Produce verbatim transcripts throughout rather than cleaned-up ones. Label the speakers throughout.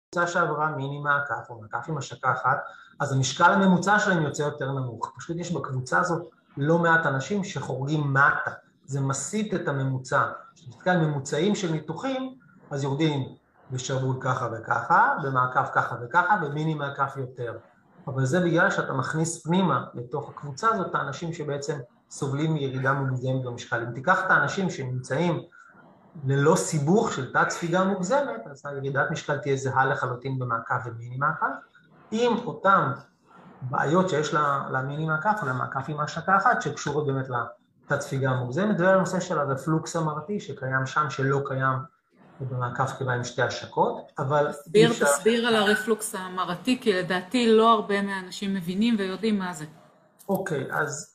Speaker 1: קבוצה שעברה מיני מעקף או מעקף עם השקה אחת, אז המשקל הממוצע שלהם יוצא יותר נמוך. פשוט יש בקבוצה הזאת לא מעט אנשים שחורגים מטה. זה מסיט את הממוצע. כשנתקל ממוצעים של ניתוחים, אז יורדים בשרוול ככה וככה, במעקף ככה וככה, במיני מעקף יותר. אבל זה בגלל שאתה מכניס פנימה לתוך הקבוצה הזאת, האנשים שבעצם סובלים מירידה מוגזמת במשקל. אם תיקח את האנשים שנמצאים ללא סיבוך של תת ספיגה מוגזמת, אז הירידת משקל תהיה זהה לחלוטין במעקף ומיני מעקף, עם אותם בעיות שיש למיני מעקף, או למעקף עם השקה אחת, שקשורות באמת לתת ספיגה מוגזמת, ולנושא של הרפלוקס המרתי, שקיים שם, שלא קיים במעקף קיבה עם שתי השקות, אבל...
Speaker 2: תסביר, תסביר על הרפלוקס המרתי, כי לדעתי לא הרבה מהאנשים מבינים ויודעים מה זה.
Speaker 1: אוקיי, אז...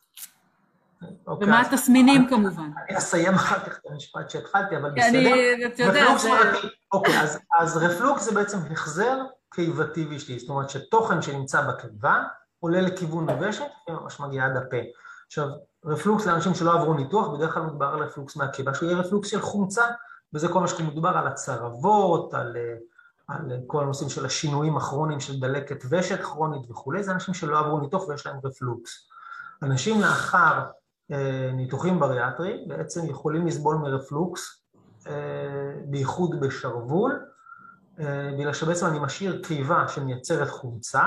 Speaker 2: ומה התסמינים כמובן.
Speaker 1: אני אסיים אחר כך את המשפט שהתחלתי, אבל בסדר.
Speaker 2: אני, אתה יודע,
Speaker 1: רפלוקס
Speaker 2: זה...
Speaker 1: מרתי, אוקיי, אז רפלוקס זה בעצם החזר קיבתי ושלי, זאת אומרת שתוכן שנמצא בקיבה עולה לכיוון הוושט, ממש מגיע עד הפה. עכשיו, רפלוקס לאנשים שלא עברו ניתוח, בדרך כלל מדובר על רפלוקס מהקיבה, שהוא יהיה רפלוקס של חומצה, וזה כל מה שמדובר על הצרבות, על, על כל הנושאים של השינויים הכרוניים של דלקת ושט כרונית וכו', זה אנשים שלא עברו ניתוח ויש להם רפלוקס. אנשים לאחר אה, ניתוחים בריאטריים בעצם יכולים לסבול מרפלוקס, אה, בייחוד בשרוול, אה, בגלל שבעצם אני משאיר קיבה שמייצרת חומצה,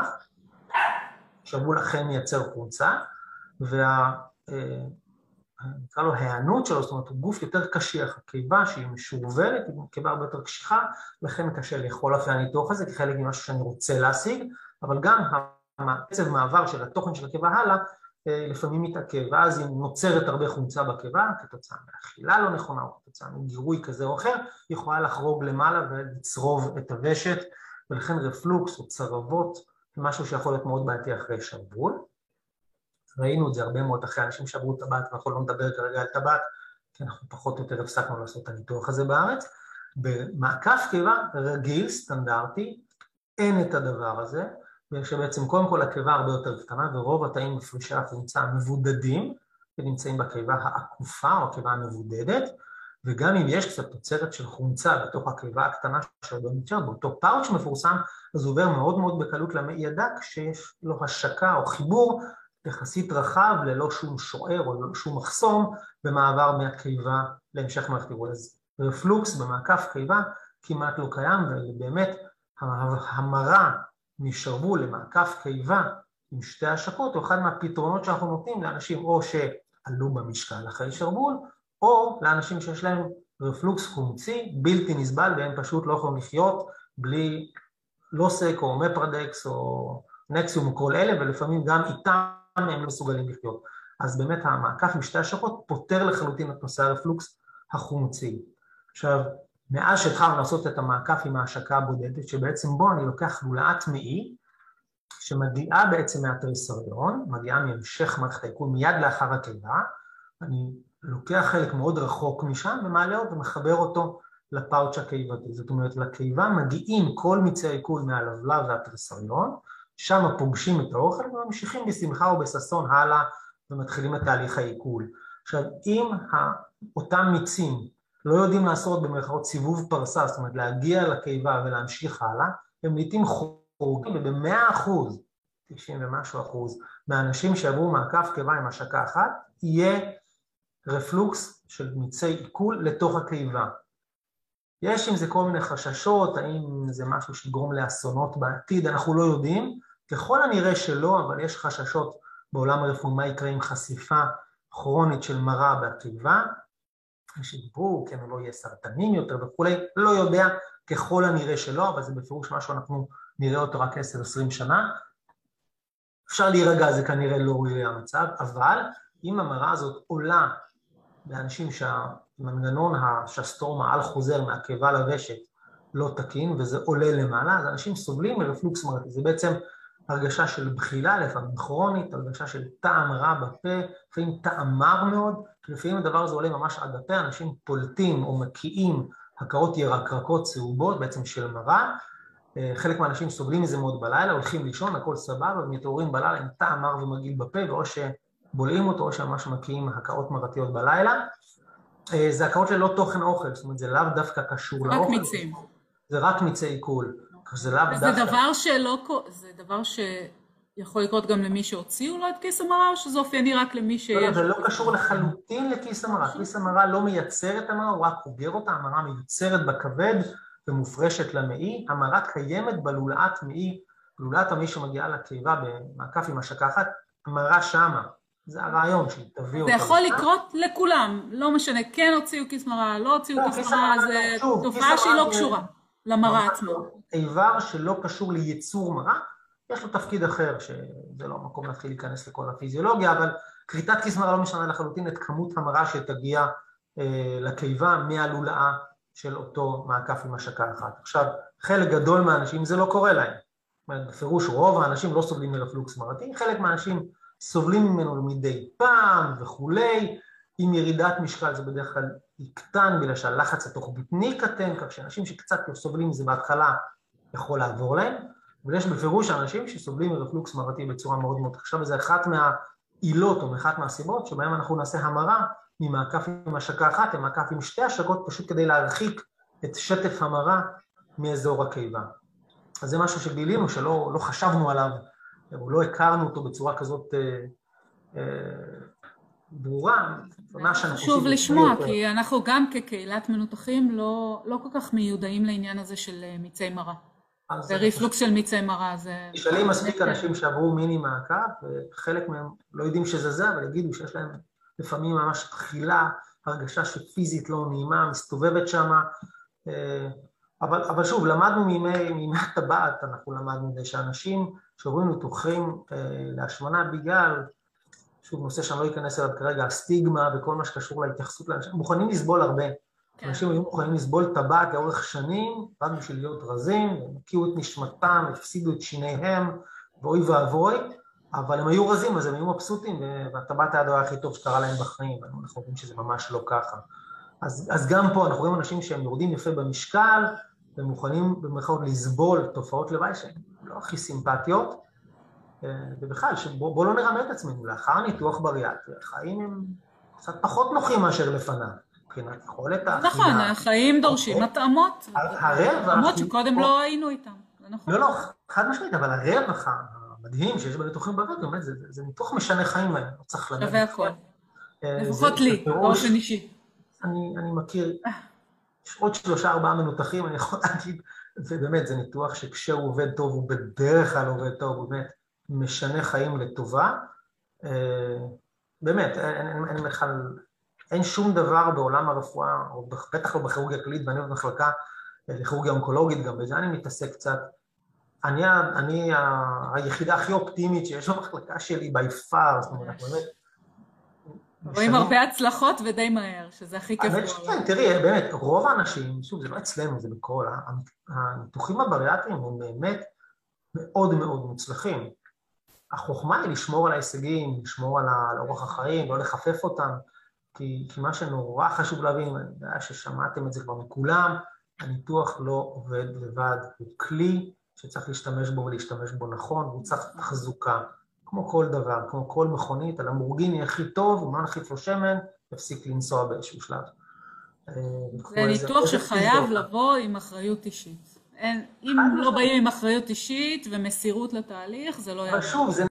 Speaker 1: שרוול אכן מייצר חומצה, וה... אה, נקרא לו הענות שלו, זאת אומרת, הוא גוף יותר קשיח, הקיבה שהיא משורבלת, היא קיבה הרבה יותר קשיחה, לכן קשה לאכול אחרי הניתוח הזה, כחלק ממשהו שאני רוצה להשיג, אבל גם הקצב מעבר של התוכן של הקיבה הלאה, לפעמים מתעכב, ואז אם נוצרת הרבה חומצה בקיבה, כתוצאה מאכילה לא נכונה, או כתוצאה מגירוי כזה או אחר, היא יכולה לחרוג למעלה ולצרוב את הוושט, ולכן רפלוקס או צרבות, זה משהו שיכול להיות מאוד בעייתי אחרי שרוול. ראינו את זה הרבה מאוד אחרי אנשים שעברו טבעת, ואנחנו לא נדבר כרגע על טבעת, כי אנחנו פחות או יותר הפסקנו לעשות את הניתוח הזה בארץ. במעקף קיבה רגיל, סטנדרטי, אין את הדבר הזה, ושבעצם קודם כל הקיבה הרבה יותר קטנה, ורוב התאים מפרישי החומצה מבודדים, ונמצאים בקיבה העקופה או הקיבה המבודדת, וגם אם יש קצת תוצרת של חומצה בתוך הקיבה הקטנה שעוד לא נשארת, באותו פאוץ' מפורסם, אז הוא עובר מאוד מאוד בקלות למעי הדק, שיש לו השקה או חיבור, יחסית רחב, ללא שום שוער או ללא שום מחסום, במעבר מהקיבה להמשך מערכת העיכול. אז רפלוקס במעקף קיבה כמעט לא קיים, ובאמת המרה משרוול למעקף קיבה עם שתי השקות, הוא אחד מהפתרונות שאנחנו נותנים לאנשים או שעלו במשקל אחרי שרוול, או לאנשים שיש להם רפלוקס חומצי בלתי נסבל, והם פשוט לא יכולים לחיות בלי לוסק או מפרדקס או נקסיום או כל אלה, ולפעמים גם איתם הם לא מסוגלים לחיות. אז באמת המעקף עם שתי השקות פותר לחלוטין את נושא הרפלוקס החומצי. עכשיו, מאז שהתחלנו לעשות את המעקף עם ההשקה הבודדת, שבעצם בו אני לוקח לולאת מעי, שמגיעה בעצם מהתריסריון, מגיעה מהמשך מערכת העיכול מיד לאחר הקיבה, אני לוקח חלק מאוד רחוק משם ומעלה אותו ומחבר אותו לפאוץ' הקיבתי. זאת אומרת, לקיבה מגיעים כל מיצי העיכול מהלבלב והתריסריון, שם פוגשים את האוכל וממשיכים בשמחה ובששון הלאה ומתחילים את תהליך העיכול. עכשיו, אם אותם מיצים לא יודעים לעשות במרכאות סיבוב פרסה, זאת אומרת להגיע לקיבה ולהמשיך הלאה, הם לעתים חורגים, ובמאה אחוז, תשעים ומשהו אחוז, מהאנשים שעברו מעקף קיבה עם השקה אחת, יהיה רפלוקס של מיצי עיכול לתוך הקיבה. יש עם זה כל מיני חששות, האם זה משהו שיגרום לאסונות בעתיד, אנחנו לא יודעים, ככל הנראה שלא, אבל יש חששות בעולם הרפואי, מה יקרה עם חשיפה כרונית של מרה בקיבה, שדיברו, כן, או לא יהיה סרטנים יותר וכולי, לא יודע, ככל הנראה שלא, אבל זה בפירוש משהו אנחנו נראה אותו רק עשר עשרים שנה. אפשר להירגע, זה כנראה לא יהיה המצב, אבל אם המרה הזאת עולה באנשים שהמנגנון השסטורמה על חוזר מהקיבה לוושט לא תקין, וזה עולה למעלה, אז אנשים סובלים מרפלוקס מרתי. זה בעצם הרגשה של בחילה, לפעמים כרונית, הרגשה של טעם רע בפה, לפעמים טעם מר מאוד, לפעמים הדבר הזה עולה ממש עד הפה, אנשים פולטים או מקיאים הקאות ירקרקות צהובות, בעצם של מרה, חלק מהאנשים סובלים מזה מאוד בלילה, הולכים לישון, הכל סבבה, ומתעוררים בלילה עם טעם מר ומגעיל בפה, ואו שבולעים אותו, או שממש מקיאים הקאות מרתיות בלילה. זה הקאות ללא תוכן אוכל, זאת אומרת, זה לאו דווקא קשור לאוכל.
Speaker 2: רק מיצים.
Speaker 1: זה רק מיצי עיכול. זה לאו
Speaker 2: זה
Speaker 1: דווקא.
Speaker 2: דבר שלא, זה דבר שיכול לקרות גם למי שהוציאו לו את כיס המרה, או שזה אופייני רק למי שיש?
Speaker 1: לא, זה לא קשור לחלוטין לכיס המרה. כיס המרה לא מייצר את המרה, הוא רק חוגר אותה, המרה מיוצרת בכבד ומופרשת למעי. המרה קיימת בלולאת מעי, לולאת המעי שמגיעה לקיבה במעקף עם השקחת, המרה שמה. זה הרעיון שהיא תביא אותה.
Speaker 2: זה יכול לקרות לכולם, לא משנה, כן הוציאו כיס מרה, לא הוציאו כיס מרה, זה תופעה שהיא לא קשורה למרה עצמה.
Speaker 1: איבר שלא קשור לייצור מרה, יש לו תפקיד אחר, שזה לא מקום להתחיל להיכנס לכל הפיזיולוגיה, אבל כריתת כיס מרה לא משנה לחלוטין את כמות המרה שתגיע אה, לקיבה מהלולאה של אותו מעקף עם השקה אחת. עכשיו, חלק גדול מהאנשים זה לא קורה להם. בפירוש רוב האנשים לא סובלים מרפלוקס מרתי, חלק מהאנשים סובלים ממנו מדי פעם וכולי, עם ירידת משקל זה בדרך כלל יקטן, בגלל שהלחץ התוך בטני קטן, כך שאנשים שקצת סובלים מזה בהתחלה יכול לעבור להם, אבל יש בפירוש אנשים שסובלים מרפלוקס מרתי בצורה מאוד מאוד קשה, וזה אחת מהעילות או אחת מהסיבות שבהם אנחנו נעשה המרה ממעקף עם השקה אחת למעקף עם שתי השקות, פשוט כדי להרחיק את שטף המרה מאזור הקיבה. אז זה משהו שגילינו, שלא לא חשבנו עליו, או לא הכרנו אותו בצורה כזאת אה, אה, ברורה.
Speaker 2: חשוב לשמוע, כי אנחנו גם כקהילת מנותחים לא, לא כל כך מיודעים לעניין הזה של מיצי מרה. וריפלוקס של מיצי מרה זה...
Speaker 1: נשאלים מספיק אנשים שעברו מיני מעקף, וחלק מהם לא יודעים שזה זה, אבל יגידו שיש להם לפעמים ממש תחילה, הרגשה שפיזית לא נעימה, מסתובבת שמה, אבל, אבל שוב, למדנו מימי, מימי הטבעת, אנחנו למדנו זה שאנשים שעוברים ניתוחים להשמנה בגלל, שוב, נושא שאני לא אכנס אליו כרגע, הסטיגמה וכל מה שקשור להתייחסות לאנשים, מוכנים לסבול הרבה. כן. אנשים היו מוכנים לסבול טבעת לאורך שנים, רק בשביל להיות רזים, הם הקיעו את נשמתם, הפסידו את שיניהם, ואוי ואבוי, אבל הם היו רזים, אז הם היו מבסוטים, והטבעת היה הדבר הכי טוב שקרה להם בחיים, אנחנו רואים שזה ממש לא ככה. אז, אז גם פה אנחנו רואים אנשים שהם יורדים יפה במשקל, והם מוכנים במרכאות לסבול תופעות לוואי שהן לא הכי סימפטיות, ובכלל, בוא, בוא לא נרמה את עצמנו, לאחר ניתוח בריאטרי, החיים הם קצת פחות נוחים מאשר לפניו, מבחינת יכולת האכילה.
Speaker 2: נכון, החיים דורשים התאמות, התאמות שקודם לא היינו איתם.
Speaker 1: לא, לא, חד משמעית, אבל הרווח המדהים שיש בניתוחים בריאטרי, באמת, זה, זה ניתוח משנה חיים, לא צריך לדעת.
Speaker 2: שווה הכל. לפחות לי, באופן אישי.
Speaker 1: אני, אני מכיר, יש עוד שלושה ארבעה מנותחים, אני יכול להגיד, ובאמת, זה ניתוח שכשהוא עובד טוב, הוא בדרך כלל עובד טוב, הוא באמת משנה חיים לטובה. באמת, אין, אין, אין, אין, אין שום דבר בעולם הרפואה, או בטח לא בכירורגיה כללית, ואני במחלקה לכירורגיה אונקולוגית, גם בזה אני מתעסק קצת. אני, אני היחידה הכי אופטימית שיש במחלקה שלי, by far, זאת אומרת, באמת,
Speaker 2: רואים הרבה הצלחות ודי מהר, שזה הכי כיף.
Speaker 1: כן, תראי, באמת, רוב האנשים, שוב, זה לא אצלנו, זה בכל, הניתוחים הבריאטריים הם באמת מאוד מאוד מוצלחים. החוכמה היא לשמור על ההישגים, לשמור על אורח החיים, לא לחפף אותם, כי מה שנורא חשוב להבין, אני יודע ששמעתם את זה כבר מכולם, הניתוח לא עובד לבד, הוא כלי שצריך להשתמש בו ולהשתמש בו נכון, והוא צריך תחזוקה. כמו כל דבר, כמו כל מכונית, על המורגיני הכי טוב, הוא לא נחליף לו שמן, יפסיק לנסוע באיזשהו שלב.
Speaker 2: זה ניתוח שחייב לבוא עם אחריות אישית. אם לא באים עם אחריות אישית ומסירות לתהליך, זה לא יעבור.
Speaker 1: אבל שוב, זה